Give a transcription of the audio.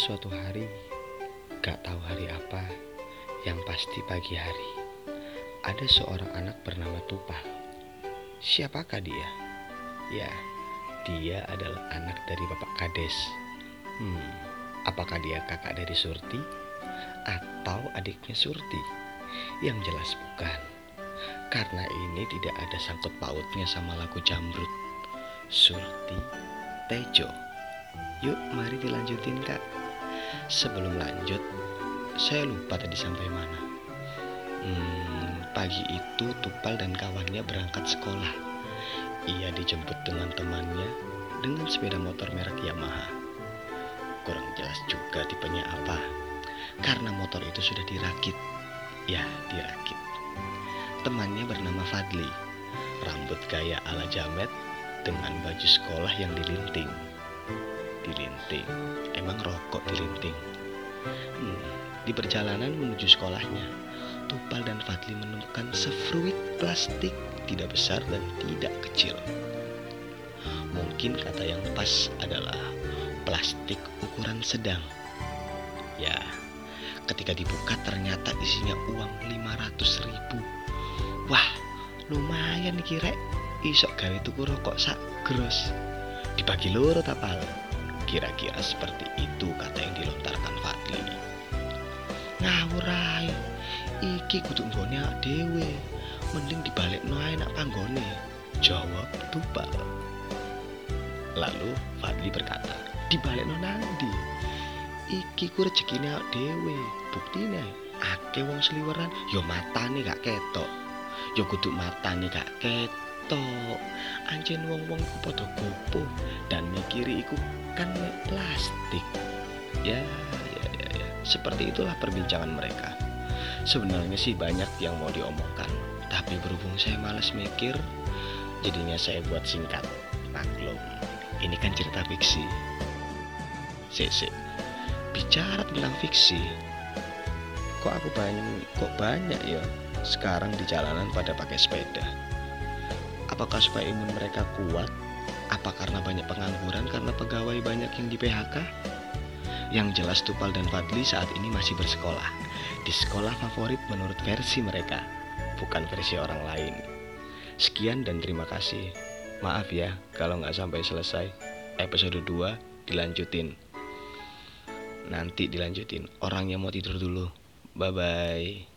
Suatu hari, gak tahu hari apa, yang pasti pagi hari, ada seorang anak bernama Tupal. Siapakah dia? Ya, dia adalah anak dari Bapak Kades. Apakah dia kakak dari Surti? Atau adiknya Surti? Yang jelas bukan. Karena ini tidak ada sangkut pautnya sama lagu Jamrut. Surti Tejo. Yuk mari dilanjutin kak. Sebelum lanjut, saya lupa tadi sampai mana. Pagi itu Tupal dan kawannya berangkat sekolah. Ia dijemput dengan temannya dengan sepeda motor merek Yamaha. Kurang jelas juga tipenya apa, karena motor itu sudah dirakit. Ya, dirakit. Temannya bernama Fadli, rambut gaya ala jamet dengan baju sekolah yang dilinting. Emang rokok dilinting. Di perjalanan menuju sekolahnya, Tupal dan Fadli menemukan sefruit plastik, tidak besar dan tidak kecil. Mungkin kata yang pas adalah plastik ukuran sedang. Ya, ketika dibuka ternyata isinya uang 500.000. Wah, lumayan nih kira. Isok gawe tuku rokok sak gros. Dibagi loro tapal. Kira-kira seperti itu kata yang dilontarkan Fadli. Ngawur ae. Iki kudu nggone dhewe. Mending dibalekno ae nak panggone, jawab Tupal. Lalu Fadli berkata, dibalekno nang ndi? Iki ku rezekine awake dhewe. Buktine akeh wong sliweran, ya matane gak ketok. Ya kudu matane gak ketok. Anjen wong-wong iku padha gopo dan mikiri iku kan plastik. Ya. Seperti itulah perbincangan mereka. Sebenarnya sih banyak yang mau diomongkan, tapi berhubung saya malas mikir, jadinya saya buat singkat. Maklum, ini kan cerita fiksi. Bicara tentang fiksi, kok banyak ya sekarang di jalanan pada pakai sepeda? Apakah supaya imun mereka kuat? Apa karena banyak pengangguran karena pegawai banyak yang di PHK? Yang jelas Tupal dan Fadli saat ini masih bersekolah di sekolah favorit menurut versi mereka, bukan versi orang lain. Sekian dan terima kasih. Maaf ya kalau nggak sampai selesai. Episode 2 dilanjutin. Nanti dilanjutin. Orangnya mau tidur dulu. Bye-bye.